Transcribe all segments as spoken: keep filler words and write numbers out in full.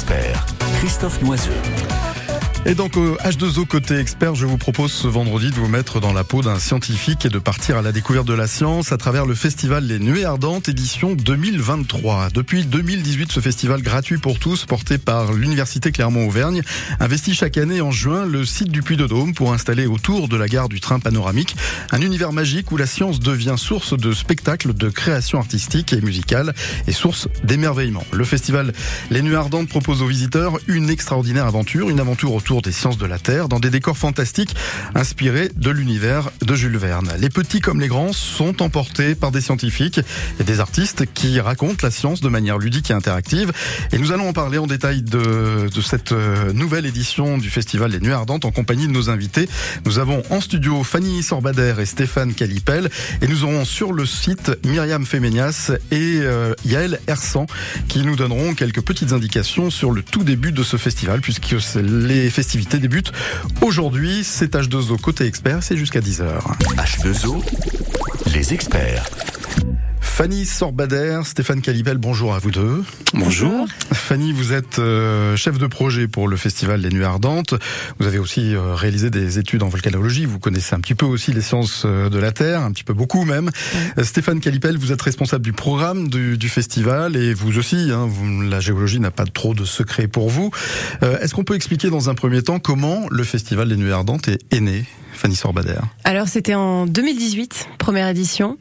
experts, Christophe Noiseux. Et donc au H deux O côté expert, je vous propose ce vendredi de vous mettre dans la peau d'un scientifique et de partir à la découverte de la science à travers le festival Les Nuées Ardentes édition deux mille vingt-trois. Depuis deux mille dix-huit, ce festival gratuit pour tous, porté par l'Université Clermont-Auvergne, investit chaque année en juin le site du Puy-de-Dôme pour installer autour de la gare du train panoramique un univers magique où la science devient source de spectacles, de création artistique et musicale et source d'émerveillement. Le festival Les Nuées Ardentes propose aux visiteurs une extraordinaire aventure, une aventure autour des sciences de la Terre, dans des décors fantastiques inspirés de l'univers de Jules Verne. Les petits comme les grands sont emportés par des scientifiques et des artistes qui racontent la science de manière ludique et interactive. Et nous allons en parler en détail de, de cette nouvelle édition du festival Les Nuées Ardentes en compagnie de nos invités. Nous avons en studio Fanny Sorbader et Stéphane Calipel et nous aurons sur le site Myriam Féménias et euh, Yaël Hersan qui nous donneront quelques petites indications sur le tout début de ce festival puisque les festivités débutent aujourd'hui. C'est H deux O côté expert, c'est jusqu'à dix heures. H deux O, les experts. Fanny Sorbader, Stéphane Calipel, bonjour à vous deux. Bonjour. Fanny, vous êtes euh, chef de projet pour le festival Les Nuées Ardentes. Vous avez aussi euh, réalisé des études en volcanologie. Vous connaissez un petit peu aussi les sciences euh, de la Terre, un petit peu beaucoup même. Oui. Euh, Stéphane Calipel, vous êtes responsable du programme du, du festival et vous aussi, hein, vous, la géologie n'a pas trop de secret pour vous. Euh, est-ce qu'on peut expliquer dans un premier temps comment le festival Les Nuées Ardentes est, est né ? Fanny Sorbader. Alors c'était en deux mille dix-huit, première édition.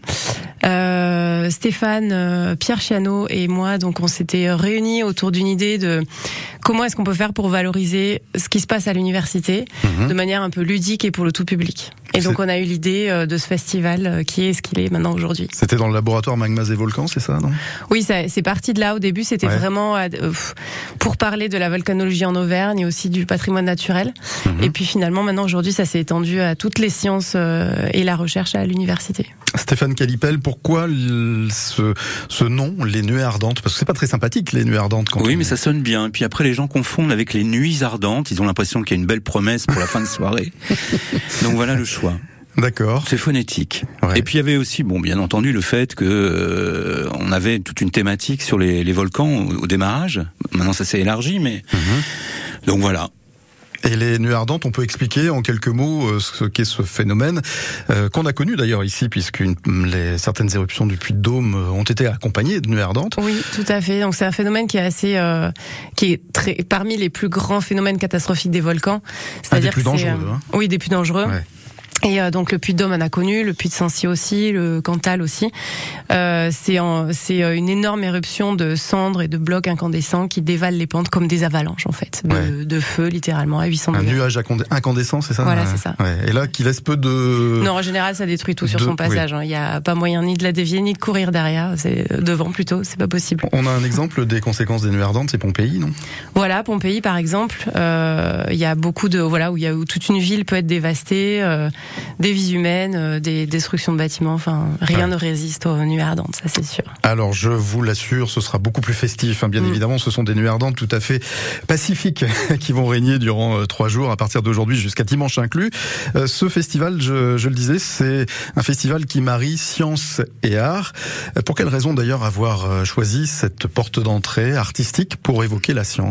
Euh, Stéphane, euh, Pierre Chiano et moi, donc on s'était réunis autour d'une idée de comment est-ce qu'on peut faire pour valoriser ce qui se passe à l'université mmh. de manière un peu ludique et pour le tout public. Et donc on a eu l'idée euh, de ce festival euh, qui est ce qu'il est maintenant aujourd'hui. C'était dans le laboratoire Magmas et Volcans, c'est ça, non ? Oui, ça, c'est parti de là. Au début, c'était ouais. vraiment euh, pour parler de la volcanologie en Auvergne et aussi du patrimoine naturel. Mmh. Et puis finalement, maintenant aujourd'hui, ça s'est étendu à toutes les sciences euh, et la recherche à l'université. Stéphane Calipel, pourquoi ce, ce nom, les Nuées Ardentes ? Parce que c'est pas très sympathique, les Nuées Ardentes. Quand oui, on... mais ça sonne bien. Puis après, les gens confondent avec les Nuits Ardentes. Ils ont l'impression qu'il y a une belle promesse pour la fin de soirée. Donc voilà le choix. D'accord. C'est phonétique. Ouais. Et puis il y avait aussi, bon, bien entendu, le fait que euh, on avait toute une thématique sur les, les volcans au, au démarrage. Maintenant, ça s'est élargi, mais mm-hmm. donc voilà. Et les Nuées Ardentes, on peut expliquer en quelques mots euh, ce qu'est ce phénomène euh, qu'on a connu d'ailleurs ici, puisque une, les, certaines éruptions du Puy-de-Dôme ont été accompagnées de Nuées Ardentes. Oui, tout à fait. Donc c'est un phénomène qui est assez, euh, qui est très parmi les plus grands phénomènes catastrophiques des volcans. C'est-à-dire ah, des plus dangereux. Euh, hein. Oui, des plus dangereux. Ouais. Et euh, donc le puits de Dôme on a connu, le puits de Sancy aussi, le Cantal aussi. Euh, c'est, en, c'est une énorme éruption de cendres et de blocs incandescents qui dévalent les pentes comme des avalanches en fait, de, ouais. de feu littéralement à huit cents degrés. Un nuage incandescent, c'est ça ? Voilà, c'est ça. Ouais. Et là, qui laisse peu de... Non, en général, ça détruit tout sur de... son passage. Il oui. n'y a pas moyen ni de la dévier, ni de courir derrière. C'est devant plutôt, c'est pas possible. On a un exemple des conséquences des Nuées Ardentes, c'est Pompéi, non ? Voilà, Pompéi par exemple. Il euh, y a beaucoup de... Voilà, où, y a, où toute une ville peut être dévastée, euh, des vies humaines, des destructions de bâtiments, enfin rien ouais. ne résiste aux Nuées Ardentes, ça c'est sûr. Alors je vous l'assure, ce sera beaucoup plus festif, hein, bien mmh. évidemment, ce sont des Nuées Ardentes tout à fait pacifiques qui vont régner durant euh, trois jours à partir d'aujourd'hui jusqu'à dimanche inclus. Euh, ce festival, je, je le disais, c'est un festival qui marie science et art. Euh, pour quelle raison d'ailleurs avoir choisi cette porte d'entrée artistique pour évoquer la science ?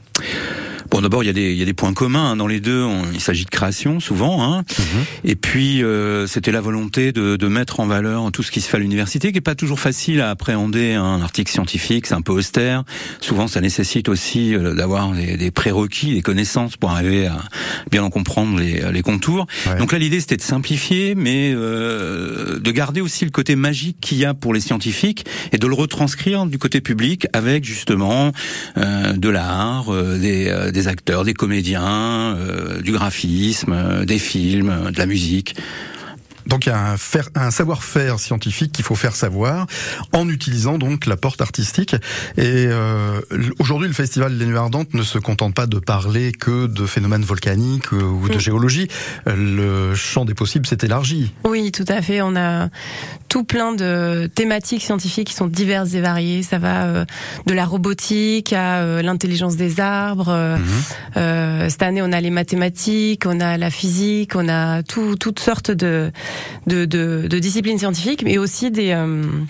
Bon, d'abord, il y a des, il y a des points communs hein. Dans les deux. On, il s'agit de création, souvent. Hein. Mm-hmm. Et puis, euh, c'était la volonté de, de mettre en valeur tout ce qui se fait à l'université, qui est pas toujours facile à appréhender. Hein. Un article scientifique, c'est un peu austère. Souvent, ça nécessite aussi euh, d'avoir des, des prérequis, des connaissances pour arriver à bien en comprendre les, les contours. Ouais. Donc là, l'idée, c'était de simplifier, mais euh, de garder aussi le côté magique qu'il y a pour les scientifiques et de le retranscrire du côté public avec justement euh, de l'art, euh, des, euh, des acteurs, des comédiens, euh, du graphisme, euh, des films, euh, de la musique. Donc il y a un, faire, un savoir-faire scientifique qu'il faut faire savoir en utilisant donc la porte artistique. Et euh, aujourd'hui, le festival Les Nuées Ardentes ne se contente pas de parler que de phénomènes volcaniques ou de mmh. géologie. Le champ des possibles s'est élargi. Oui, tout à fait. On a tout plein de thématiques scientifiques qui sont diverses et variées. Ça va euh, de la robotique à euh, l'intelligence des arbres. Euh, mmh. euh, cette année, on a les mathématiques, on a la physique, on a tout, toutes sortes de, de, de, de disciplines scientifiques, mais aussi des... Euh,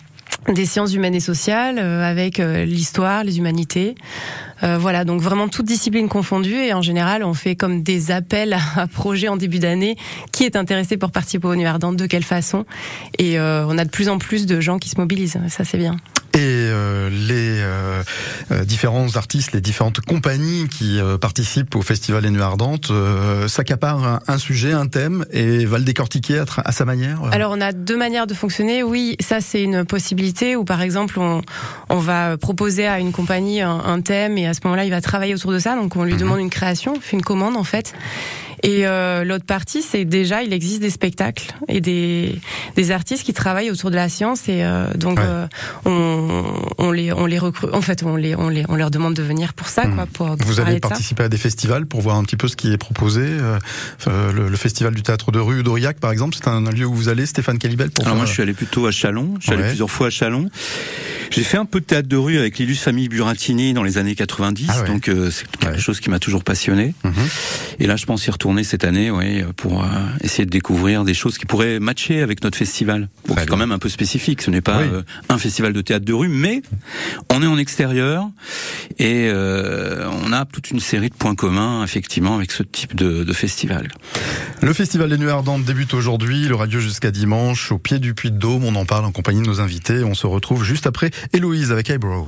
des sciences humaines et sociales, euh, avec euh, l'histoire, les humanités. Euh, voilà, donc vraiment toutes disciplines confondues. Et en général, on fait comme des appels à projets en début d'année. Qui est intéressé pour participer aux Nuits Ardentes, de quelle façon? Et euh, on a de plus en plus de gens qui se mobilisent. Ça, c'est bien. Et euh, les euh, euh, différents artistes, les différentes compagnies qui euh, participent au Festival des Nuits Ardentes euh, s'accaparent un, un sujet, un thème, et va le décortiquer à, tra- à sa manière. Alors on a deux manières de fonctionner. Oui, ça c'est une possibilité où par exemple on, on va proposer à une compagnie un, un thème et à ce moment-là il va travailler autour de ça. Donc on lui mmh. demande une création, on fait une commande en fait. Et euh, l'autre partie, c'est déjà il existe des spectacles et des des artistes qui travaillent autour de la science et euh, donc ouais. euh, on on les on les recrute. En fait, on les on les on leur demande de venir pour ça, mmh. quoi. Pour, pour vous allez participer à des festivals pour voir un petit peu ce qui est proposé. Euh, le, le festival du théâtre de rue d'Aurillac, par exemple, c'est un, un lieu où vous allez, Stéphane Calibel. Pour Alors faire... moi, je suis allé plutôt à Châlons. Je suis ouais. allé plusieurs fois à Châlons. J'ai fait un peu de théâtre de rue avec l'illustre famille Buratini dans les années quatre-vingt-dix, ah ouais. donc euh, c'est quelque ouais. chose qui m'a toujours passionné. Mmh. Et là, je pense y retourner cette année, ouais, pour euh, essayer de découvrir des choses qui pourraient matcher avec notre festival. Bon, c'est quand même un peu spécifique. Ce n'est pas oui. euh, un festival de théâtre de rue, mais on est en extérieur et euh, on a toute une série de points communs, effectivement, avec ce type de, de festival. Le Festival des Nuits Ardentes débute aujourd'hui. Il aura lieu jusqu'à dimanche au pied du Puy de Dôme. On en parle en compagnie de nos invités. On se retrouve juste après Héloïse avec Eyebrow.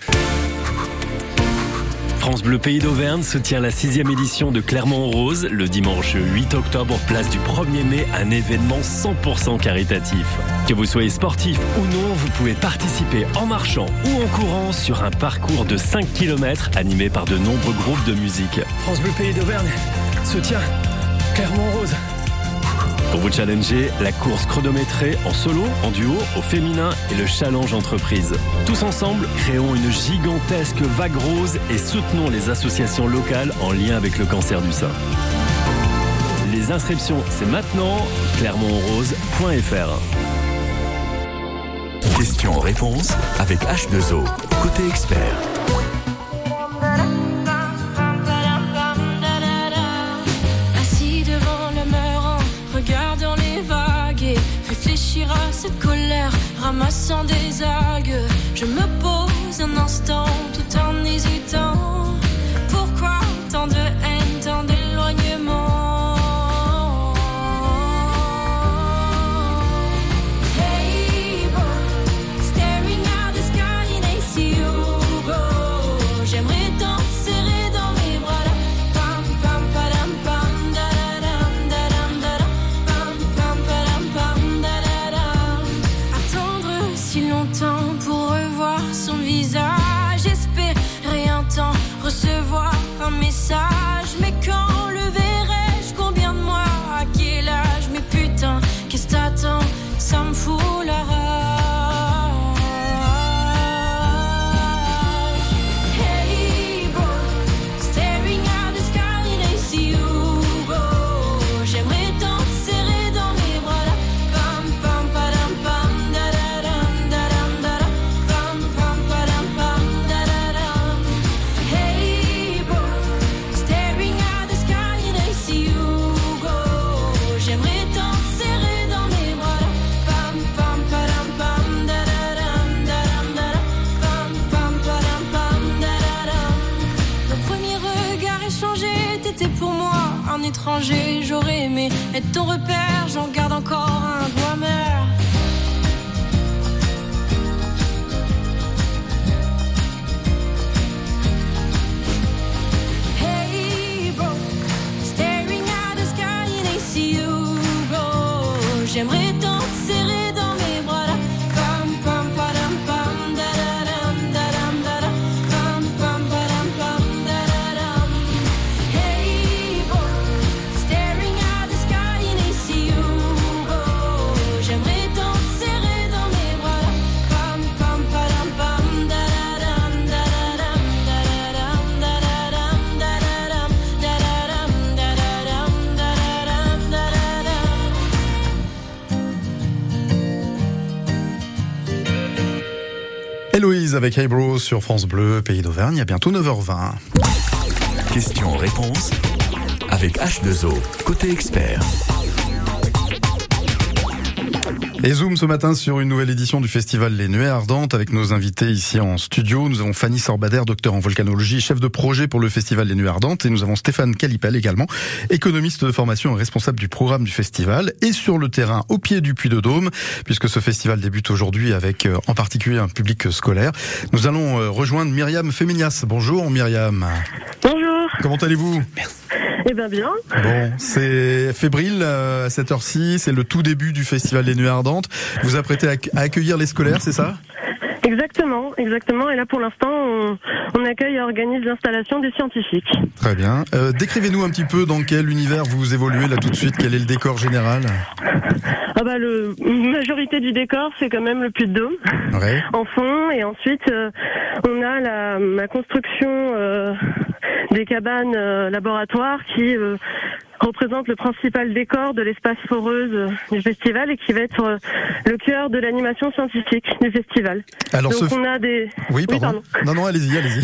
France Bleu Pays d'Auvergne se tient la sixième édition de Clermont-en-Rose le dimanche huit octobre, place du premier mai, un événement cent pour cent caritatif. Que vous soyez sportif ou non, vous pouvez participer en marchant ou en courant sur un parcours de cinq kilomètres animé par de nombreux groupes de musique. France Bleu Pays d'Auvergne se tient Clermont-en-Rose. Pour vous challenger, la course chronométrée en solo, en duo, au féminin et le challenge entreprise. Tous ensemble, créons une gigantesque vague rose et soutenons les associations locales en lien avec le cancer du sein. Les inscriptions, c'est maintenant, clermont en rose point f r. Questions-réponses avec H deux O, côté expert. À cette colère, ramassant des algues, je me pose un instant tout en hésitant. Pourquoi tant de haine, tant d'éloignement? Hey boy, staring at the sky and I see you go. J'aimerais t'en serrer dans mes bras là. Pam pam padam pam da da dam da dam da dam pam pam padam pam da da. Si longtemps pour revoir son visage, espérer un temps, recevoir un message. Mais quand le verrai-je, combien de mois, à quel âge? Mais putain, qu'est-ce t'attends? Ça me fout la rage. Hey boy, staring at the sky and I see you go. J'aimerais t'en serrer dans mes bras là. Pam pam padam pam da da da. Étranger, j'aurais aimé être ton repère, j'en garde encore un goût amer. Hey bro, staring at the sky and I see you go. J'aimerais t'en serrer dans mes bras là. Pam pam padam pam da da dam da dam da da. Pam pam padam pam da da dam. Hey bro, j'aimerais t'en serrer dans mes bras là. Pam pam padam pam da da dam da da dam da da dam da da dam da da dam da da dam da da dam da da dam da da dam. Héloïse avec Eyebrow sur France Bleu, Pays d'Auvergne, à bientôt neuf heures vingt. Questions-réponses avec H deux O, côté expert. Et Zoom ce matin sur une nouvelle édition du festival Les Nuées Ardentes avec nos invités ici en studio. Nous avons Fanny Sorbader, docteur en volcanologie, chef de projet pour le festival Les Nuées Ardentes. Et nous avons Stéphane Calipel également, économiste de formation et responsable du programme du festival. Et sur le terrain, au pied du Puy de Dôme, puisque ce festival débute aujourd'hui avec en particulier un public scolaire. Nous allons rejoindre Myriam Féminias. Bonjour Myriam. Bonjour. Comment allez-vous ? Eh bien bien. Bon, c'est fébrile à cette heure-ci, c'est le tout début du festival Les Nuées Ardentes. Vous vous apprêtez à accueillir les scolaires, c'est ça ? Exactement, exactement. Et là, pour l'instant, on, on accueille et organise l'installation des scientifiques. Très bien. Euh, décrivez-nous un petit peu dans quel univers vous évoluez là tout de suite. Quel est le décor général ? Ah bah, le majorité du décor, c'est quand même le Puy de Dôme, ouais. En fond. Et ensuite, euh, on a la, la construction euh, des cabanes euh, laboratoires qui euh, représente le principal décor de l'espace foreuse du festival et qui va être euh, le cœur de l'animation scientifique du festival. Alors, Donc ce... on a des... Oui, pardon. Oui, pardon. Non, non, allez-y, allez-y.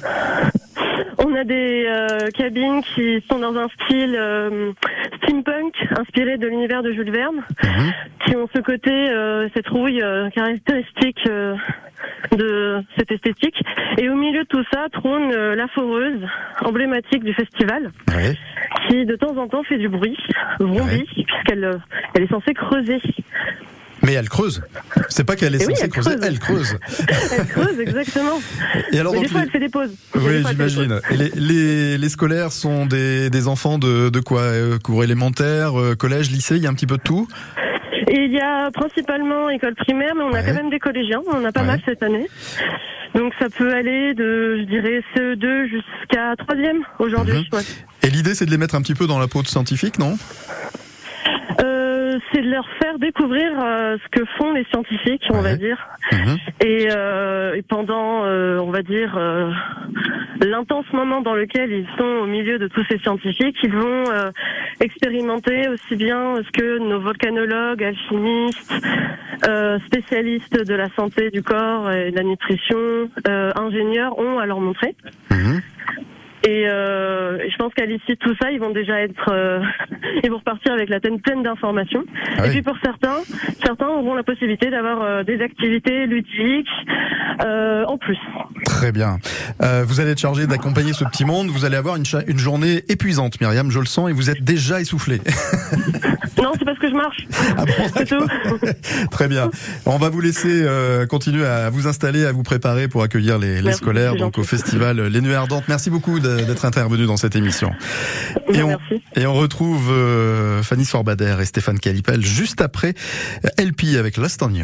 On a des euh, cabines qui sont dans un style euh, steampunk, inspiré de l'univers de Jules Verne, mmh. qui ont ce côté, euh, cette rouille euh, caractéristique euh, de cette esthétique. Et au milieu de tout ça trône euh, la foreuse, emblématique du festival, ouais. qui de temps en temps fait du bruit, vrombit, ouais. puisqu'elle euh, elle est censée creuser. Mais elle creuse. C'est pas qu'elle est Et censée oui, elle creuser, creuse. elle creuse. Elle creuse, exactement. Et alors, Mais donc des fois, les... elle fait des pauses. Oui, j'imagine. Et les, les, les scolaires sont des, des enfants de, de quoi euh, cours élémentaire, euh, collège, lycée, il y a un petit peu de tout ? Et il y a principalement école primaire, mais on a ouais. quand même des collégiens. On en a pas ouais. mal cette année. Donc ça peut aller de, je dirais, C E deux jusqu'à troisième aujourd'hui. Mmh. Ouais. Et l'idée, c'est de les mettre un petit peu dans la peau de scientifique, non ? Euh, c'est de leur faire découvrir euh, ce que font les scientifiques, on ouais. va dire. Mmh. Et, euh, et pendant, euh, on va dire, euh, l'intense moment dans lequel ils sont au milieu de tous ces scientifiques, ils vont euh, expérimenter aussi bien ce que nos volcanologues, alchimistes, euh, spécialistes de la santé du corps et de la nutrition, euh, ingénieurs ont à leur montrer. Mmh. Et euh, je pense qu'à l'issue de tout ça, ils vont déjà être, euh, ils vont repartir avec la tête pleine d'informations. Ah oui. Et puis pour certains, certains auront la possibilité d'avoir euh, des activités ludiques euh, en plus. Très bien. Euh, vous allez être chargé d'accompagner ce petit monde. Vous allez avoir une, cha- une journée épuisante, Myriam, je le sens, et vous êtes déjà essoufflée. Non, c'est parce que je marche. Ah bon, c'est tout. Très bien. On va vous laisser euh, continuer à vous installer, à vous préparer pour accueillir les, les scolaires donc au festival Les Nuées Ardentes. Merci beaucoup d'être intervenu dans cette émission. Et on, et on retrouve euh, Fanny Sorbader et Stéphane Calipel juste après L P avec Lost on You.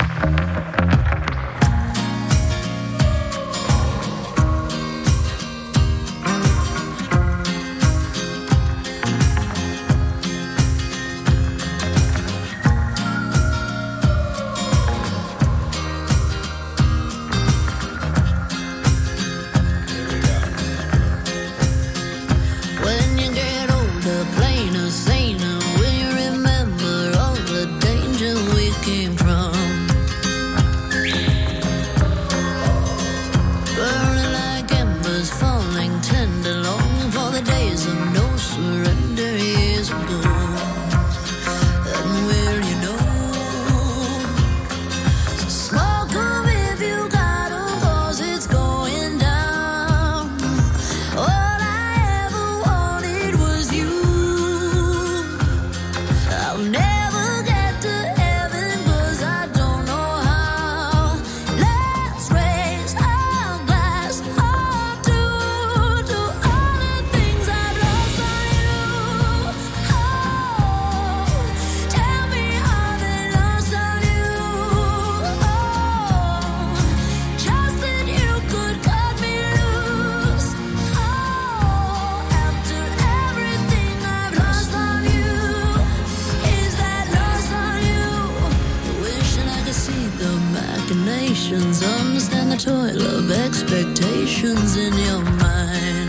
Understand the toil of expectations in your mind.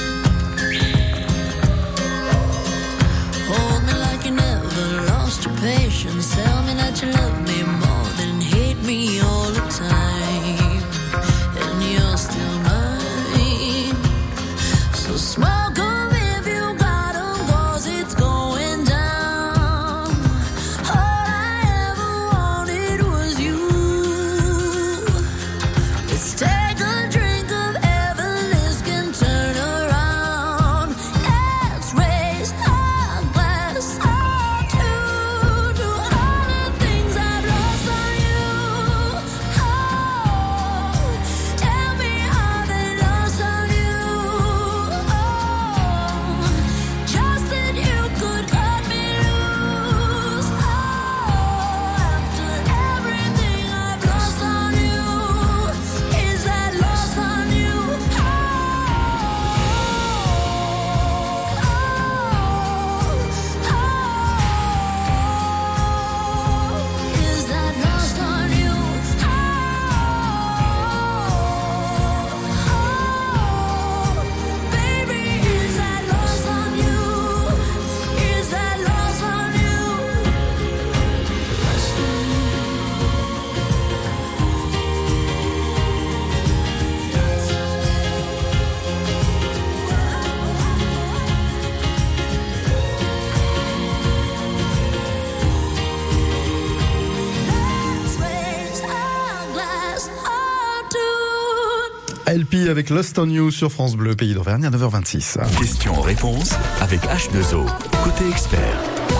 Hold me like you never lost your patience. Tell me that you love me more than hate me all the time. And you're still mine. So smoke 'em if you got 'em, 'cause it's going down. All I ever P avec Lost on You sur France Bleu, Pays d'Auvergne à neuf heures vingt-six. Question-réponse avec H deux O, côté expert.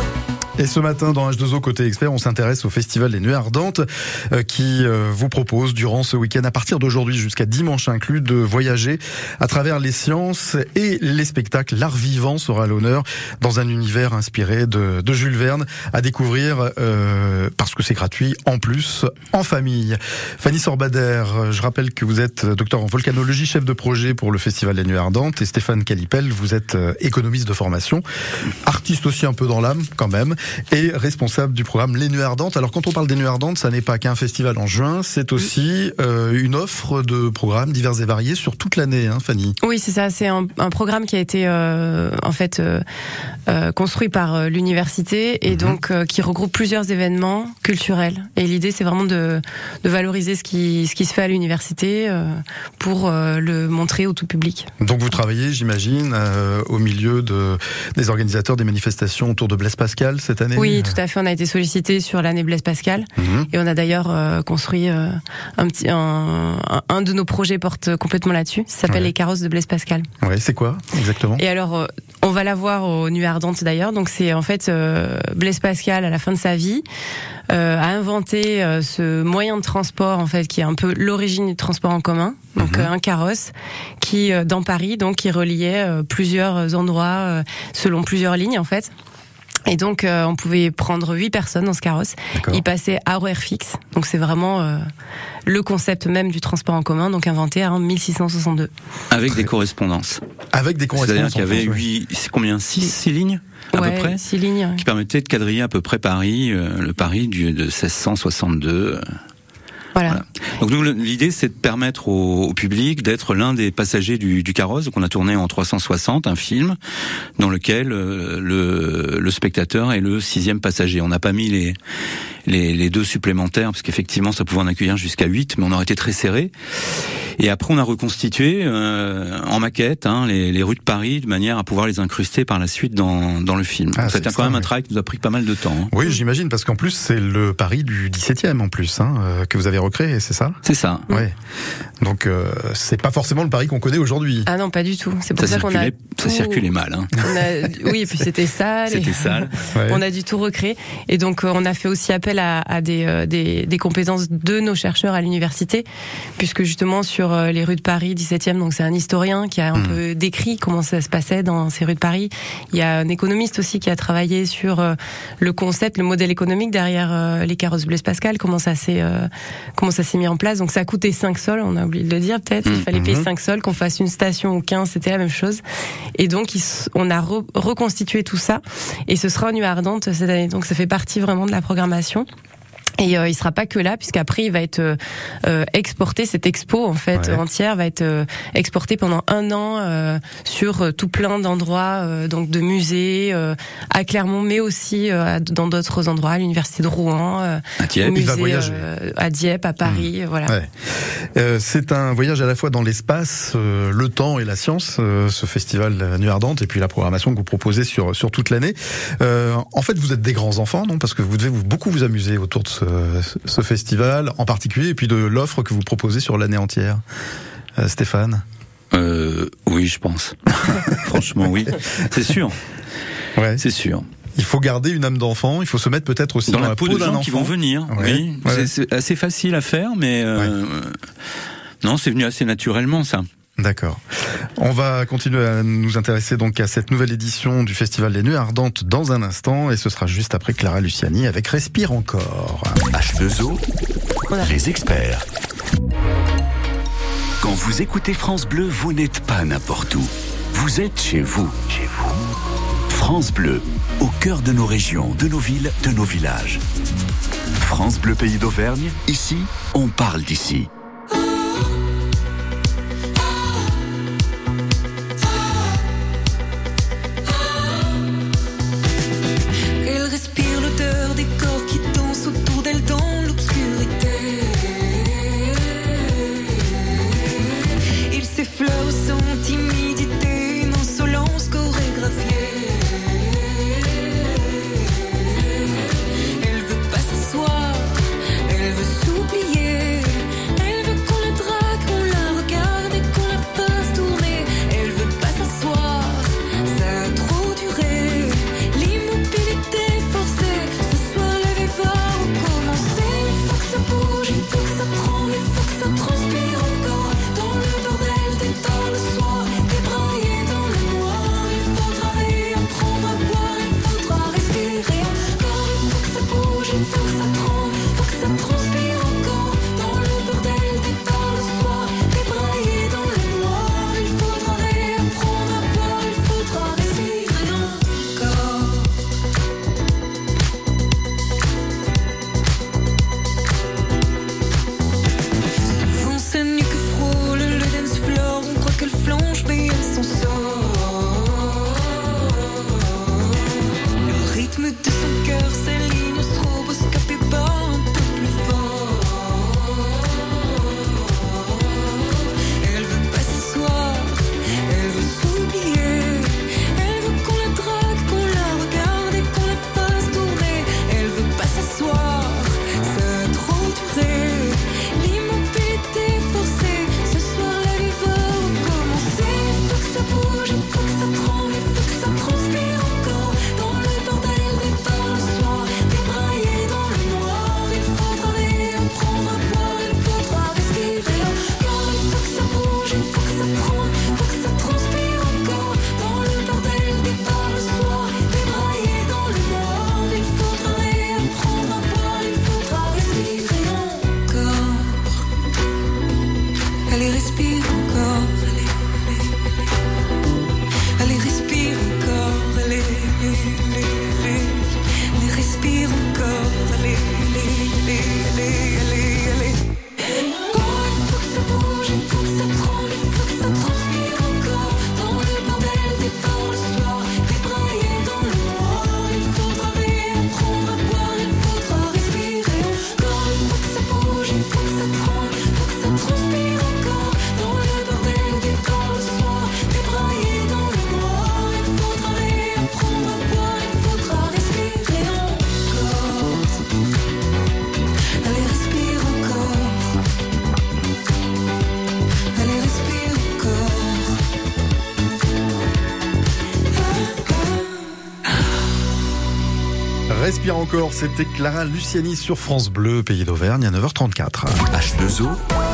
Et ce matin, dans H deux O Côté Expert, on s'intéresse au Festival des Nuits Ardentes euh, qui euh, vous propose, durant ce week-end, à partir d'aujourd'hui jusqu'à dimanche inclus, de voyager à travers les sciences et les spectacles. L'art vivant sera à l'honneur dans un univers inspiré de, de Jules Verne, à découvrir, euh, parce que c'est gratuit, en plus, en famille. Fanny Sorbader, je rappelle que vous êtes docteur en volcanologie, chef de projet pour le Festival des Nuits Ardentes, et Stéphane Calipel, vous êtes économiste de formation, artiste aussi un peu dans l'âme, quand même, et responsable du programme Les Nuits Ardentes. Alors quand on parle des Nuits Ardentes, ça n'est pas qu'un festival en juin, c'est aussi euh, une offre de programmes divers et variés sur toute l'année, hein, Fanny. Oui, c'est ça, c'est un, un programme qui a été euh, en fait euh, euh, construit par euh, l'université et mmh. donc euh, qui regroupe plusieurs événements culturels. Et l'idée, c'est vraiment de, de valoriser ce qui, ce qui se fait à l'université euh, pour euh, le montrer au tout public. Donc vous travaillez, j'imagine, euh, au milieu de, des organisateurs des manifestations autour de Blaise Pascal cette année. Oui, tout à fait. On a été sollicité sur l'année Blaise Pascal mmh. et on a d'ailleurs euh, construit euh, un petit un, un de nos projets porte complètement là-dessus. Ça s'appelle ouais. Les carrosses de Blaise Pascal. Ouais, c'est quoi exactement ? Et alors, euh, on va la voir aux Nuits Ardentes d'ailleurs. Donc c'est en fait euh, Blaise Pascal à la fin de sa vie euh, a inventé euh, ce moyen de transport en fait qui est un peu l'origine du transport en commun. Donc mmh. euh, un carrosse qui euh, dans Paris donc qui reliait euh, plusieurs endroits euh, selon plusieurs lignes en fait. Et donc, euh, on pouvait prendre huit personnes dans ce carrosse. D'accord. Il passait à horaire fixe. Donc, c'est vraiment euh, le concept même du transport en commun, donc inventé en mille six cent soixante-deux. Avec des correspondances. Avec des correspondances. C'est-à-dire qu'il y avait huit, c'est combien, six, six lignes à ouais, peu près, six lignes, ouais. qui permettaient de quadriller à peu près Paris, euh, le Paris du, de seize cent soixante-deux. Euh, Voilà. voilà. Donc nous, l'idée, c'est de permettre au, au public d'être l'un des passagers du, du carrosse. Donc on a tourné en trois cent soixante un film dans lequel euh, le, le spectateur est le sixième passager. On n'a pas mis les, les, les deux supplémentaires parce qu'effectivement, ça pouvait en accueillir jusqu'à huit, mais on aurait été très serré. Et après, on a reconstitué euh, en maquette hein, les, les rues de Paris de manière à pouvoir les incruster par la suite dans, dans le film. Ah, c'était quand même oui. un travail qui nous a pris pas mal de temps. Hein. Oui, j'imagine, parce qu'en plus, c'est le Paris du dix-septième en plus hein, euh, que vous avez recréé, c'est ça ? C'est ça. Ouais. Donc, euh, c'est pas forcément le Paris qu'on connaît aujourd'hui. Ah non, pas du tout. C'est pour ça, ça qu'on a tout... Ça circulait mal. Hein. On a... Oui, et puis c'était sale. C'était et... sale. Ouais. On a dû tout recréer. Et donc, on a fait aussi appel à, à des, euh, des, des compétences de nos chercheurs à l'université, puisque justement, sur euh, les rues de Paris, dix-septième, donc c'est un historien qui a un mmh. peu décrit comment ça se passait dans ces rues de Paris. Il y a un économiste aussi qui a travaillé sur euh, le concept, le modèle économique derrière euh, les carrosses Blaise Pascal, comment ça s'est euh, comment ça s'est mis en place. Donc ça a coûté cinq sols, on a oublié de le dire peut-être. Mmh. Il fallait payer cinq sols, qu'on fasse une station ou quinze, c'était la même chose. Et donc ils, on a re, reconstitué tout ça et ce sera aux Nuits Ardentes cette année. Donc ça fait partie vraiment de la programmation. Et euh, il sera pas que là, puisqu'après il va être euh, exporté. Cette expo en fait ouais. entière va être euh, exportée pendant un an euh, sur euh, tout plein d'endroits, euh, donc de musées euh, à Clermont, mais aussi euh, dans d'autres endroits, à l'université de Rouen, euh, à Dieppe, au musée, il va voyager. Euh, à Dieppe, à Paris, mmh. voilà. Ouais. Euh, c'est un voyage à la fois dans l'espace, euh, le temps et la science. Euh, ce festival Nuits Ardentes et puis la programmation que vous proposez sur sur toute l'année. Euh, en fait, vous êtes des grands enfants, non ? Parce que vous devez vous, beaucoup vous amuser autour de ce ce festival en particulier et puis de l'offre que vous proposez sur l'année entière. Euh, Stéphane ? euh, Oui, je pense. Franchement, oui. C'est sûr. Ouais. C'est sûr. Il faut garder une âme d'enfant, il faut se mettre peut-être aussi dans, dans la peau, peau d'un gens enfant. Qui vont venir, ouais. oui. Ouais. C'est, c'est assez facile à faire, mais euh, ouais. non, c'est venu assez naturellement, ça. D'accord. On va continuer à nous intéresser donc à cette nouvelle édition du Festival des Nuits Ardentes dans un instant et ce sera juste après Clara Luciani avec Respire encore. H deux O, les experts. Quand vous écoutez France Bleu, vous n'êtes pas n'importe où. Vous êtes chez vous. Chez vous. France Bleu, au cœur de nos régions, de nos villes, de nos villages. France Bleu Pays d'Auvergne, ici, on parle d'ici. Elle veut Respire encore, c'était Clara Luciani sur France Bleu, Pays d'Auvergne à neuf heures trente-quatre. H deux O,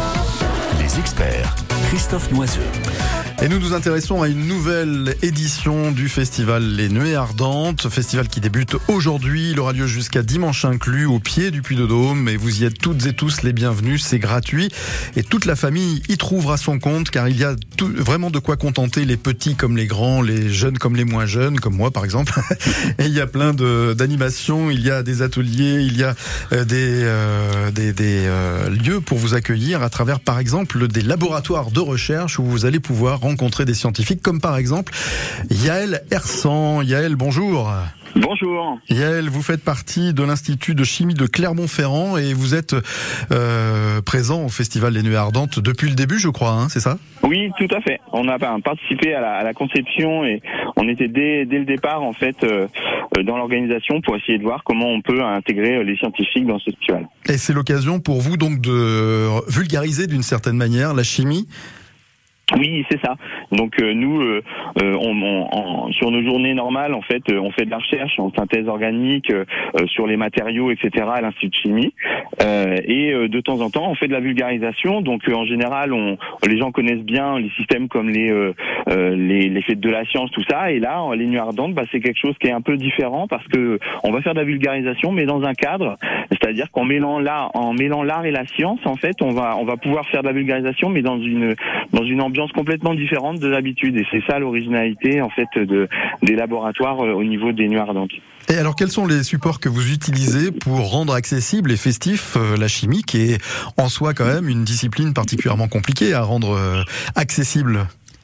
les experts, Christophe Noiseux. Et nous nous intéressons à une nouvelle édition du festival Les Nuées Ardentes, festival qui débute aujourd'hui. Il aura lieu jusqu'à dimanche inclus au pied du Puy-de-Dôme et vous y êtes toutes et tous les bienvenus, c'est gratuit et toute la famille y trouvera son compte car il y a tout, vraiment de quoi contenter les petits comme les grands, les jeunes comme les moins jeunes, comme moi par exemple. Et il y a plein de, d'animations, il y a des ateliers, il y a euh, des, euh, des, des euh, lieux pour vous accueillir à travers par exemple des laboratoires de recherche où vous allez pouvoir rencontrer des scientifiques comme par exemple Yaël Hersan. Yaël, bonjour. Bonjour. Yaël, vous faites partie de l'Institut de chimie de Clermont-Ferrand et vous êtes euh, présent au Festival Les Nuées Ardentes depuis le début, je crois, hein, c'est ça ? Oui, tout à fait. On a participé à la, à la conception et on était dès, dès le départ en fait euh, dans l'organisation pour essayer de voir comment on peut intégrer les scientifiques dans ce festival. Et c'est l'occasion pour vous donc de vulgariser d'une certaine manière la chimie ? Oui, c'est ça. Donc euh, nous, euh, on, on, on, sur nos journées normales, en fait, euh, on fait de la recherche en synthèse organique euh, sur les matériaux, et cetera à l'Institut de chimie. Euh, et euh, de temps en temps, on fait de la vulgarisation. Donc euh, en général, on, les gens connaissent bien les systèmes comme les euh, euh, les, les fêtes de la science, tout ça. Et là, les Nuées Ardentes, bah, c'est quelque chose qui est un peu différent parce que on va faire de la vulgarisation, mais dans un cadre, c'est-à-dire qu'en mêlant l'art, en mêlant l'art et la science, en fait, on va on va pouvoir faire de la vulgarisation, mais dans une dans une ambiance complètement différente de d'habitude et c'est ça l'originalité en fait de des laboratoires au niveau des Nuées Ardentes. Et alors quels sont les supports que vous utilisez pour rendre accessible et festif euh, la chimie qui est en soi quand même une discipline particulièrement compliquée à rendre euh, accessible ?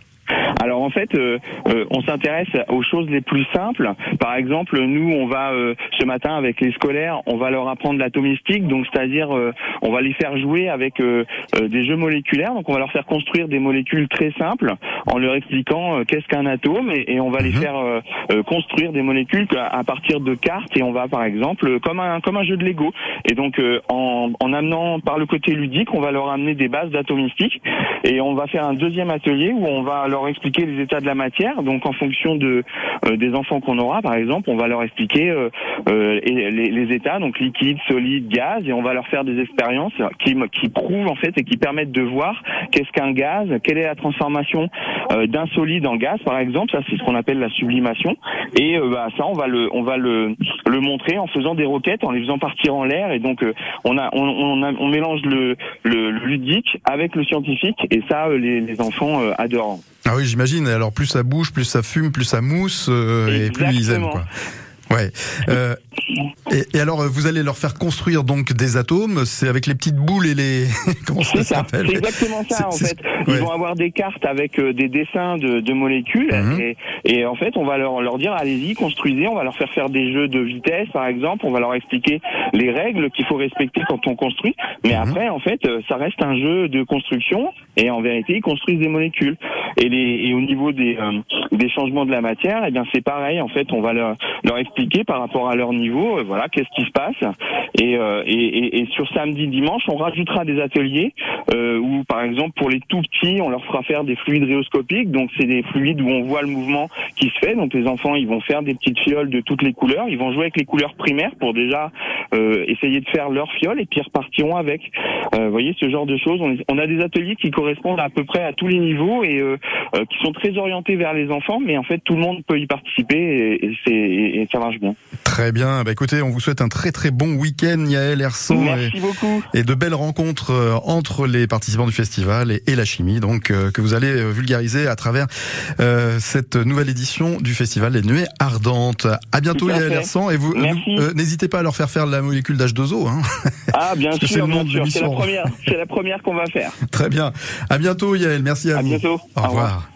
Alors en fait, euh, euh, on s'intéresse aux choses les plus simples. Par exemple, nous, on va euh, ce matin avec les scolaires, on va leur apprendre l'atomistique, donc c'est-à-dire euh, on va les faire jouer avec euh, euh, des jeux moléculaires. Donc on va leur faire construire des molécules très simples en leur expliquant euh, qu'est-ce qu'un atome et, et on va les faire euh, euh, construire des molécules à, à partir de cartes et on va par exemple comme un comme un jeu de Lego. Et donc euh, en, en amenant par le côté ludique, on va leur amener des bases d'atomistique et on va faire un deuxième atelier où on va leur expliquer les états de la matière. Donc en fonction de euh, des enfants qu'on aura, par exemple, on va leur expliquer euh, euh, les, les états, donc liquide, solide, gaz, et on va leur faire des expériences qui, qui prouvent en fait et qui permettent de voir qu'est-ce qu'un gaz, quelle est la transformation euh, d'un solide en gaz, par exemple. Ça c'est ce qu'on appelle la sublimation. Et euh, bah, ça on va le on va le le montrer en faisant des roquettes, en les faisant partir en l'air. Et donc euh, on a on on, a, on mélange le, le le ludique avec le scientifique et ça euh, les, les enfants euh, adorent. Ah oui, j'imagine. Alors plus ça bouge, plus ça fume, plus ça mousse, euh, et plus ils aiment, quoi. Ouais. Euh, et, et alors, vous allez leur faire construire donc des atomes. C'est avec les petites boules et les comment ça s'appelle ? C'est exactement ça. C'est, en c'est, fait, ils ouais. vont avoir des cartes avec euh, des dessins de, de molécules Mmh. et, et en fait, on va leur leur dire allez-y, construisez. On va leur faire faire des jeux de vitesse, par exemple. On va leur expliquer les règles qu'il faut respecter quand on construit. Mais mmh. après, en fait, ça reste un jeu de construction et en vérité, ils construisent des molécules. Et les et au niveau des euh, des changements de la matière, eh bien c'est pareil. En fait, on va leur leur expliquer par rapport à leur niveau, euh, voilà, qu'est-ce qui se passe. Et, euh, et, et, et sur samedi, dimanche, on rajoutera des ateliers euh, où, par exemple, pour les tout petits, on leur fera faire des fluides rhéoscopiques. Donc, c'est des fluides où on voit le mouvement qui se fait. Donc, les enfants, ils vont faire des petites fioles de toutes les couleurs. Ils vont jouer avec les couleurs primaires pour déjà euh, essayer de faire leur fiole et puis ils repartiront avec. Euh, vous voyez, ce genre de choses. On, on a des ateliers qui correspondent à peu près à tous les niveaux et euh, euh, qui sont très orientés vers les enfants. Mais en fait, tout le monde peut y participer et, et, c'est, et, et ça marche bien. Très bien. Bah, écoutez, on vous souhaite un très très bon week-end, Yaël Hersan. Merci et, beaucoup. Et de belles rencontres euh, entre les participants du festival et, et la chimie, donc euh, que vous allez euh, vulgariser à travers euh, cette nouvelle édition du festival Les Nuées Ardentes. À bientôt, Yaël Hersan. Et vous, euh, n'hésitez pas à leur faire faire la molécule d'H deux O. Hein. Ah, bien sûr, c'est le bien nom sûr. de C'est la première. C'est la première qu'on va faire. Très bien. À bientôt, Yaël. Merci à, à vous. À bientôt. Au, Au revoir. revoir.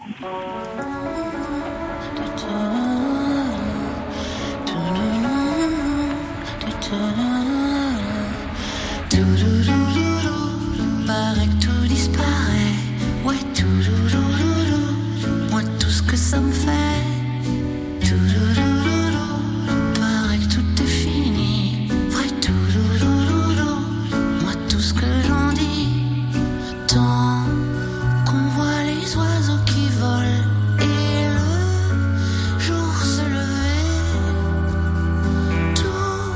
Paraît que tout disparaît, ouais tout doudoudou. Moi tout ce que ça me fait, tout doudoudou. Paraît que tout est fini, vrai tout doudoudou. Moi tout ce que j'en dis, tant qu'on voit les oiseaux qui volent et le jour se lever, tout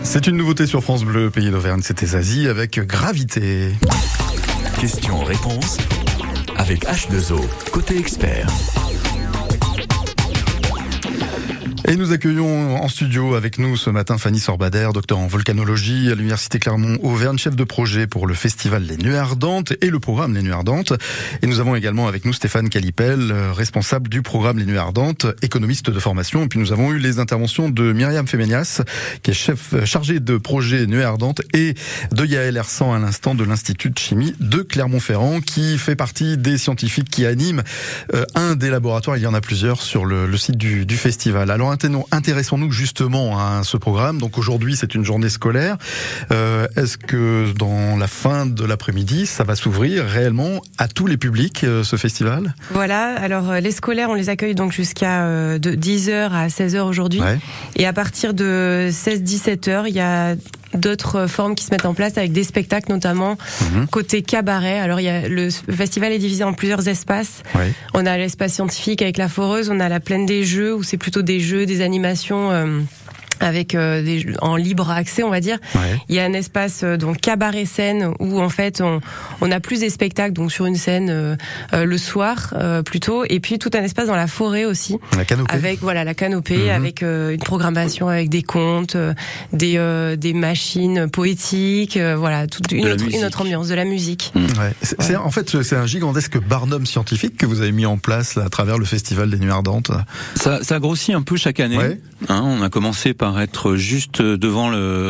C'est une nouveauté sur France Bleu, Pays d'Auvergne, c'était Zazie avec Gravité. Question-réponse avec H deux O, côté expert. Et nous accueillons en studio avec nous ce matin Fanny Sorbader, docteur en volcanologie à l'Université Clermont-Auvergne, chef de projet pour le festival Les Nuées Ardentes et le programme Les Nuées Ardentes. Et nous avons également avec nous Stéphane Calipel, responsable du programme Les Nuées Ardentes, économiste de formation. Et puis nous avons eu les interventions de Myriam Femenias, qui est chef chargé de projet Nuées Ardentes, et de Yaël Hersan à l'instant de l'Institut de chimie de Clermont-Ferrand, qui fait partie des scientifiques qui animent euh, un des laboratoires. Il y en a plusieurs sur le, le site du, du festival. Alors intéressons-nous justement à ce programme. Donc aujourd'hui, c'est une journée scolaire. Euh, est-ce que dans la fin de l'après-midi, ça va s'ouvrir réellement à tous les publics, euh, ce festival ? Voilà. Alors les scolaires, on les accueille donc jusqu'à euh, de dix heures à seize heures aujourd'hui. Ouais. Et à partir de seize dix-sept heures, il y a d'autres formes qui se mettent en place avec des spectacles, notamment mmh. côté cabaret. Alors il y a le festival est divisé en plusieurs espaces. Ouais. On a l'espace scientifique avec la foreuse, on a la plaine des jeux où c'est plutôt des jeux, des animations euh, avec euh, des en libre accès, on va dire. Ouais. Il y a un espace euh, donc cabaret scène où en fait on on a plus des spectacles donc sur une scène euh, euh, le soir euh, plutôt, et puis tout un espace dans la forêt aussi. La canopée. Avec voilà la canopée mmh. avec euh, une programmation avec des contes, euh, des euh, des machines poétiques, euh, voilà toute une autre, une autre ambiance, de la musique. Mmh. Ouais. C'est, ouais. c'est en fait c'est un gigantesque barnum scientifique que vous avez mis en place là, à travers le festival des Nuées Ardentes. Ça ça grossit un peu chaque année. Ouais. Hein, on a commencé par être juste devant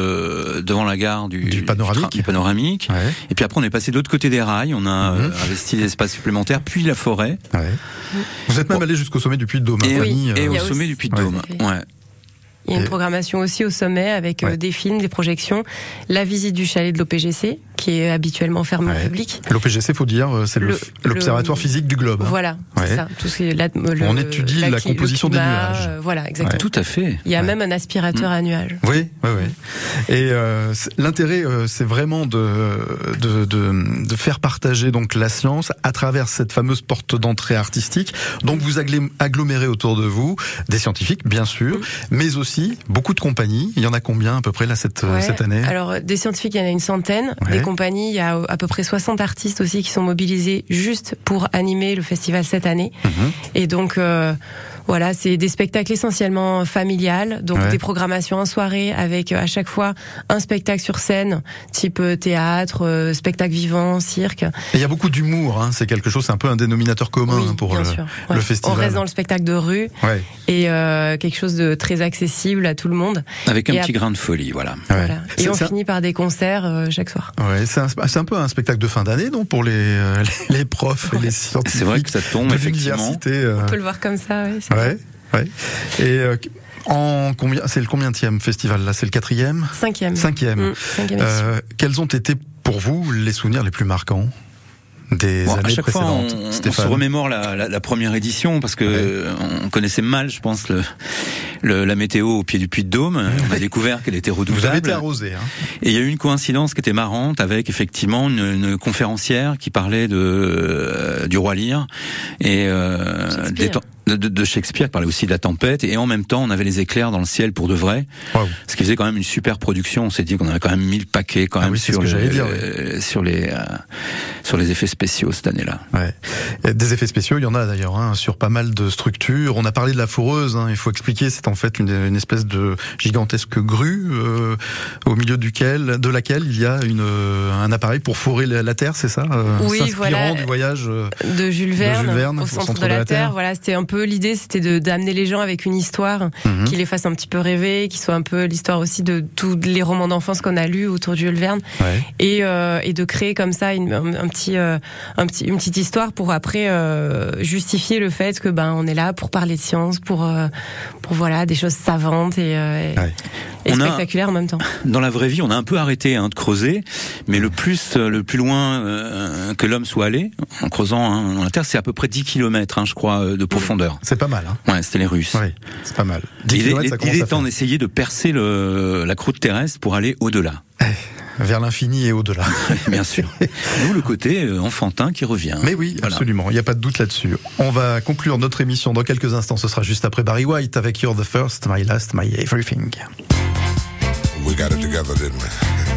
le devant la gare du, du panoramique, du, tra- du panoramique. Ouais. Et puis après on est passé de l'autre côté des rails, on a mmh. investi des espaces supplémentaires, puis la forêt. Ouais. Vous êtes même bon. allé jusqu'au sommet du Puy de Dôme. Et, oui. et euh... au sommet du Puy de Dôme. Ouais. ouais. Il y a une programmation aussi au sommet avec ouais. des films, des projections, la visite du chalet de l'O P G C qui est habituellement fermé ouais. au public. L'O P G C, faut dire, c'est le, l'Observatoire le... physique du globe. Voilà, ouais. c'est ça. Tout ce qui est la, le, on étudie la, la composition climat, des nuages. Euh, voilà, exactement. Ouais. Tout à fait. Il y a ouais. même un aspirateur mmh. à nuages. Oui, oui, oui. Et euh, l'intérêt, euh, c'est vraiment de, de, de, de faire partager donc la science à travers cette fameuse porte d'entrée artistique. Donc vous agglomérez autour de vous des scientifiques, bien sûr, mmh. mais aussi beaucoup de compagnies. Il y en a combien à peu près là cette, ouais. cette année ? Alors des scientifiques, il y en a une centaine. Ouais. Des compagnies, il y a à peu près soixante artistes aussi qui sont mobilisés juste pour animer le festival cette année. Mmh. Et donc euh, voilà, c'est des spectacles essentiellement familiales, donc ouais. des programmations en soirée avec à chaque fois un spectacle sur scène, type théâtre, euh, spectacle vivant, cirque. Et il y a beaucoup d'humour, hein, c'est quelque chose, c'est un peu un dénominateur commun oui, pour le, sûr, le ouais. festival. On reste dans le spectacle de rue ouais. et euh, quelque chose de très accessible à tout le monde. Avec un et petit à... grain de folie, voilà. Ouais. voilà. Et c'est, on c'est finit un... par des concerts euh, chaque soir. Ouais, c'est un, c'est un peu un spectacle de fin d'année, non, pour les, euh, les profs et les scientifiques. C'est vrai que ça tombe, effectivement. Euh... On peut le voir comme ça, oui. C'est ouais. Ouais. Et euh, en combien, c'est le combienième festival là ? C'est le quatrième ? Cinquième. Cinquième. Mmh, cinquième euh, quels ont été pour vous les souvenirs les plus marquants des bon, années à chaque précédentes, fois, on, on se remémore la, la, la première édition parce que ouais. on connaissait mal, je pense, le, le, la météo au pied du Puy de Dôme. Ouais. On a découvert qu'elle était redoutable. Vous avez été arrosé. Hein. Et il y a eu une coïncidence qui était marrante avec effectivement une, une conférencière qui parlait de euh, du roi Lear et euh, des temps. De, de Shakespeare, qui parlait aussi de la tempête, et en même temps on avait les éclairs dans le ciel pour de vrai, wow. ce qui faisait quand même une super production. On s'est dit qu'on avait quand même mis le paquet quand ah même oui, sur, les, dire, euh, oui. sur les euh, sur les effets spéciaux cette année-là. Ouais. Des effets spéciaux, il y en a d'ailleurs hein, sur pas mal de structures. On a parlé de la foreuse, hein, il faut expliquer, c'est en fait une, une espèce de gigantesque grue euh, au milieu duquel, de laquelle il y a une, un appareil pour forer la, la terre, c'est ça euh, Oui, s'inspirant voilà, du voyage euh, de Jules Verne, de Jules Verne au, au centre, centre de, la, de la Terre. terre. Voilà, c'était un peu l'idée, c'était de d'amener les gens avec une histoire mmh. qui les fasse un petit peu rêver, qui soit un peu l'histoire aussi de tous les romans d'enfance qu'on a lus autour de Jules Verne, ouais. et euh, et de créer comme ça une, un, un petit euh, un petit une petite histoire pour après euh, justifier le fait que ben on est là pour parler de science, pour euh, pour voilà des choses savantes et, euh, ouais. et spectaculaires a, en même temps. Dans la vraie vie, on a un peu arrêté hein, de creuser, mais le plus le plus loin euh, que l'homme soit allé en creusant hein, dans la terre, c'est à peu près dix kilomètres, hein, je crois, de profondeur. C'est pas mal. Hein. Ouais, c'était les Russes. Oui, c'est pas mal. L'idée, l'idée étant d'essayer de percer le, la croûte terrestre pour aller au-delà. Vers l'infini et au-delà. Bien sûr. D'où le côté enfantin qui revient. Mais oui, voilà. Absolument. Il n'y a pas de doute là-dessus. On va conclure notre émission dans quelques instants. Ce sera juste après Barry White avec You're the First, My Last, My Everything. We got it together, didn't we?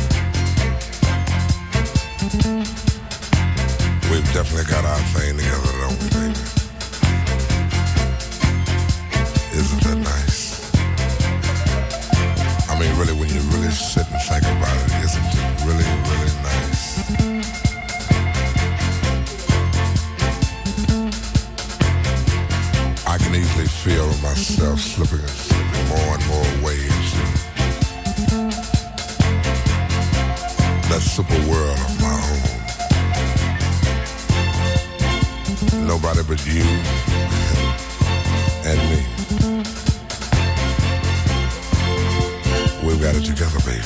We've definitely got our thing together, don't we, baby? Isn't that nice? I mean, really, when you really sit and think about it, isn't it really, really nice? I can easily feel myself slipping and slipping more and more away into that super world of my own. Nobody but you and me. We've got it together, baby.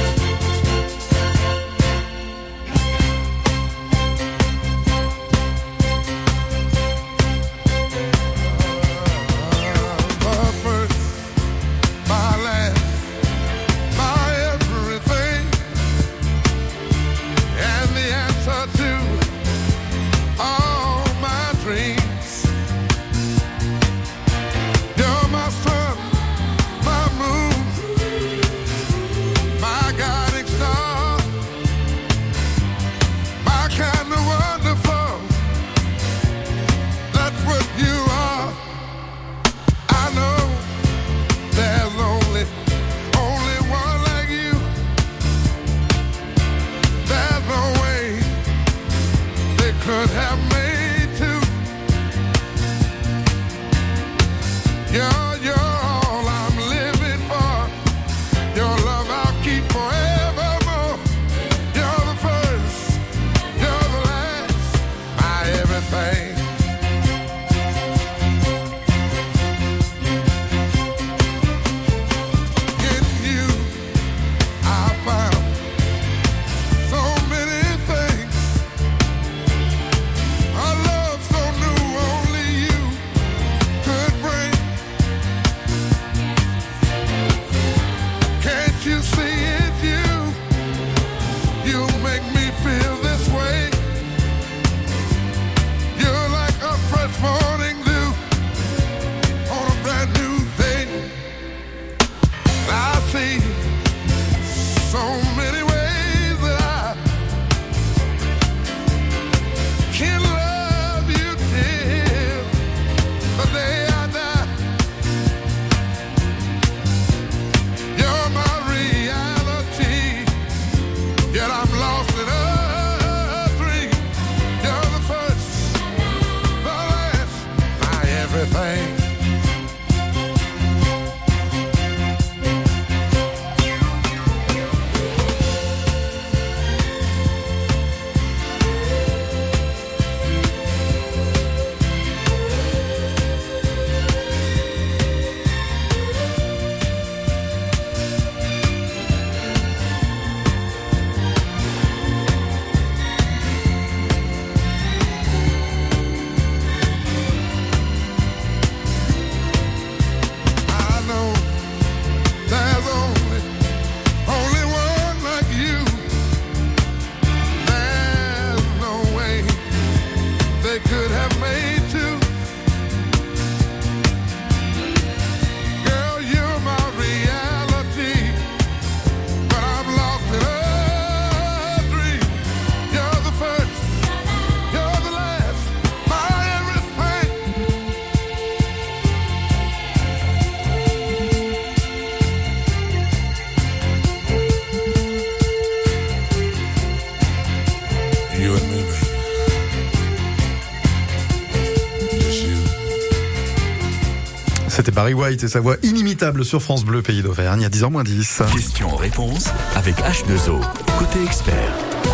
C'était Barry White et sa voix inimitable sur France Bleu, Pays d'Auvergne, à dix heures moins dix. Question-réponse avec H deux O, côté expert.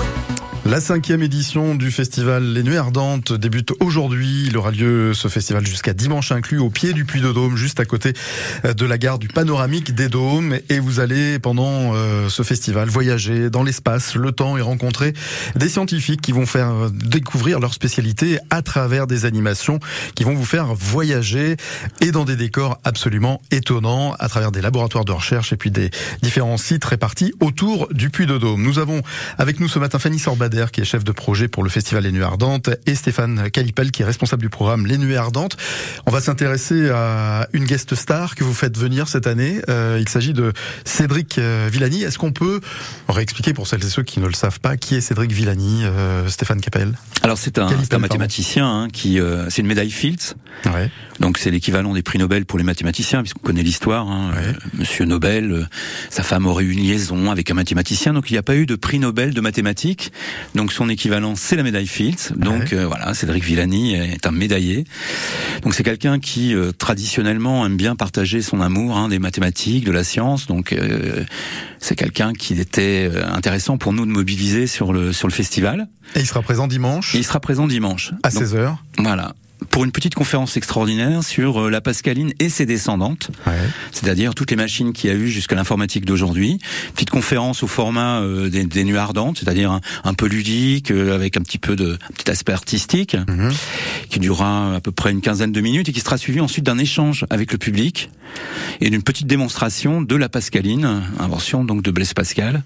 La cinquième édition du festival Les Nuits Ardentes débute aujourd'hui. Il aura lieu, ce festival, jusqu'à dimanche inclus, au pied du Puy de Dôme, juste à côté de la gare du Panoramique des Dômes. Et vous allez, pendant euh, ce festival, voyager dans l'espace, le temps et rencontrer des scientifiques qui vont faire découvrir leur spécialité à travers des animations qui vont vous faire voyager et dans des décors absolument étonnants à travers des laboratoires de recherche et puis des différents sites répartis autour du Puy de Dôme. Nous avons avec nous ce matin Fanny Sorbadet, Salbader qui est chef de projet pour le festival Les Nuits Ardentes et Stéphane Calipel qui est responsable du programme Les Nuits Ardentes. On va s'intéresser à une guest star que vous faites venir cette année. Euh, il s'agit de Cédric Villani. Est-ce qu'on peut réexpliquer pour celles et ceux qui ne le savent pas qui est Cédric Villani, euh, Stéphane Capel? Alors c'est un, Calipel, c'est un mathématicien hein, qui, euh, c'est une médaille Fields. Ouais. Donc c'est l'équivalent des prix Nobel pour les mathématiciens, puisqu'on connaît l'histoire. Hein. Ouais. Euh, Monsieur Nobel, euh, sa femme aurait eu une liaison avec un mathématicien, donc il n'y a pas eu de prix Nobel de mathématiques. Donc son équivalent, c'est la médaille Fields. Donc ouais. euh, voilà, Cédric Villani est un médaillé. Donc c'est quelqu'un qui euh, traditionnellement aime bien partager son amour hein, des mathématiques, de la science. Donc euh, c'est quelqu'un qui était intéressant pour nous de mobiliser sur le sur le festival. Et il sera présent dimanche. Et il sera présent dimanche à donc, seize heures. Voilà. Pour une petite conférence extraordinaire sur la Pascaline et ses descendantes, ouais. c'est-à-dire toutes les machines qu'il y a eu jusqu'à l'informatique d'aujourd'hui. Petite conférence au format euh, des, des Nuits Ardentes, c'est-à-dire un, un peu ludique, euh, avec un petit peu de un petit aspect artistique, mm-hmm. qui durera à peu près une quinzaine de minutes et qui sera suivi ensuite d'un échange avec le public et d'une petite démonstration de la Pascaline, invention donc de Blaise Pascal.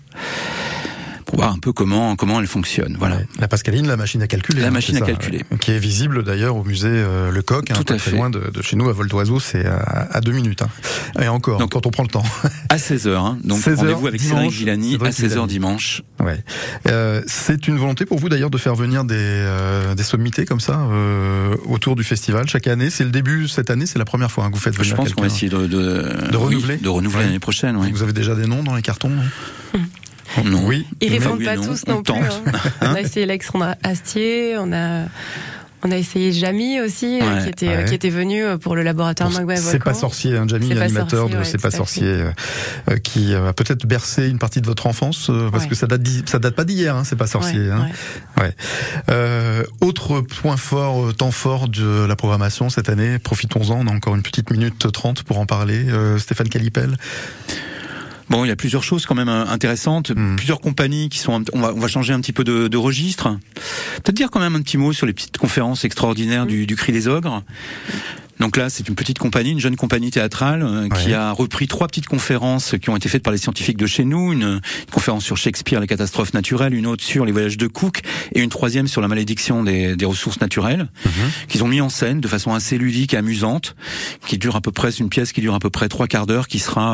Pour voir un peu comment comment elle fonctionne. Voilà. Ouais, la Pascaline, la machine à calculer. La hein, machine à ça, calculer. Ouais, qui est visible d'ailleurs au musée euh, Le Coq, tout hein, à fait fait loin de, de chez nous, à vol d'oiseau, c'est à, à deux minutes. Hein. Et encore, donc, quand on prend le temps. À seize heures. Hein. Donc seize heures, rendez-vous avec dimanche, Cédric Villani à seize heures dimanche. Ouais. Euh, c'est une volonté pour vous d'ailleurs de faire venir des euh, des sommités comme ça euh, autour du festival chaque année. C'est le début cette année, c'est la première fois hein, que vous faites venir. Je pense qu'on va essayer de de, de renouveler, oui, de renouveler ouais. l'année prochaine. Oui. Vous avez déjà des noms dans les cartons? Hein Non. Oui. Ils répondent oui pas non, tous non plus. Hein. On a essayé Alexandre Astier, on a on a essayé Jamy aussi, ouais, qui était ouais. qui était venu pour le laboratoire Magma Volcan. C'est pas sorcier, hein, Jamy, l'animateur sorcier, de ouais, C'est pas sorcier, euh, qui a peut-être bercé une partie de votre enfance, euh, parce ouais. que ça date ça date pas d'hier, hein, C'est pas sorcier. Ouais, hein. ouais. Ouais. Euh, autre point fort, temps fort de la programmation cette année. Profitons-en, on a encore une petite minute trente pour en parler. Euh, Stéphane Calipel. Bon, il y a plusieurs choses quand même intéressantes, mmh. plusieurs compagnies qui sont. On va, on va changer un petit peu de, de registre. Peut-être dire quand même un petit mot sur les petites conférences extraordinaires mmh. du, du Cri des Ogres. Donc là, c'est une petite compagnie, une jeune compagnie théâtrale euh, ouais. qui a repris trois petites conférences qui ont été faites par les scientifiques de chez nous. Une, une conférence sur Shakespeare, les catastrophes naturelles, une autre sur les voyages de Cook et une troisième sur la malédiction des, des ressources naturelles, mmh. qu'ils ont mis en scène de façon assez ludique et amusante, qui dure à peu près, c'est une pièce qui dure à peu près trois quarts d'heure, qui sera...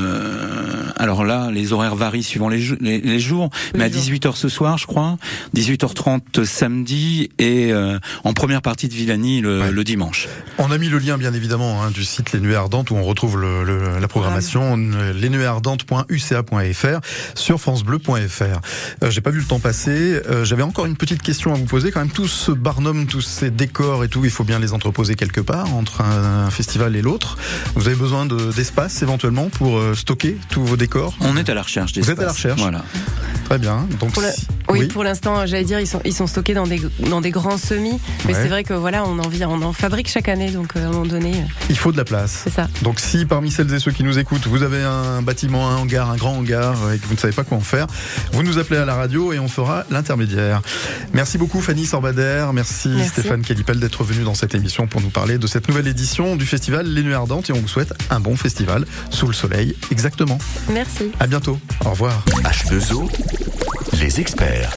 Euh, alors là, les horaires varient suivant les, les, les jours, oui, mais à dix-huit heures ce soir, je crois, dix-huit heures trente samedi et euh, en première partie de Villani le, ouais. le dimanche. On a mis le lien bien évidemment hein, du site Les Nuits Ardentes où on retrouve le, le, la programmation ouais. les nuits ardentes point u c a point f r sur francebleu point f r. Euh, j'ai pas vu le temps passer. Euh, j'avais encore une petite question à vous poser. Quand même, tout ce barnum, tous ces décors et tout, il faut bien les entreposer quelque part entre un, un festival et l'autre. Vous avez besoin de, d'espace éventuellement pour euh, stocker tous vos décors? On est à la recherche d'espace. Vous êtes à la recherche. Voilà. Très bien. Donc pour la... si... oui, oui, pour l'instant, j'allais dire, ils sont ils sont stockés dans des dans des grands semis, mais ouais. c'est vrai que voilà, on en vit, on en fabrique chaque année, donc euh, à un moment donné. Il faut de la place. C'est ça. Donc si parmi celles et ceux qui nous écoutent, vous avez un bâtiment, un hangar, un grand hangar et que vous ne savez pas quoi en faire, vous nous appelez à la radio et on fera l'intermédiaire. Merci beaucoup Fanny Salbader, merci, merci. Stéphane Calipel d'être venu dans cette émission pour nous parler de cette nouvelle édition du festival Les Nuits Ardentes et on vous souhaite un bon festival sous le soleil, exactement. Merci. À bientôt. Au revoir. H deux O, les experts.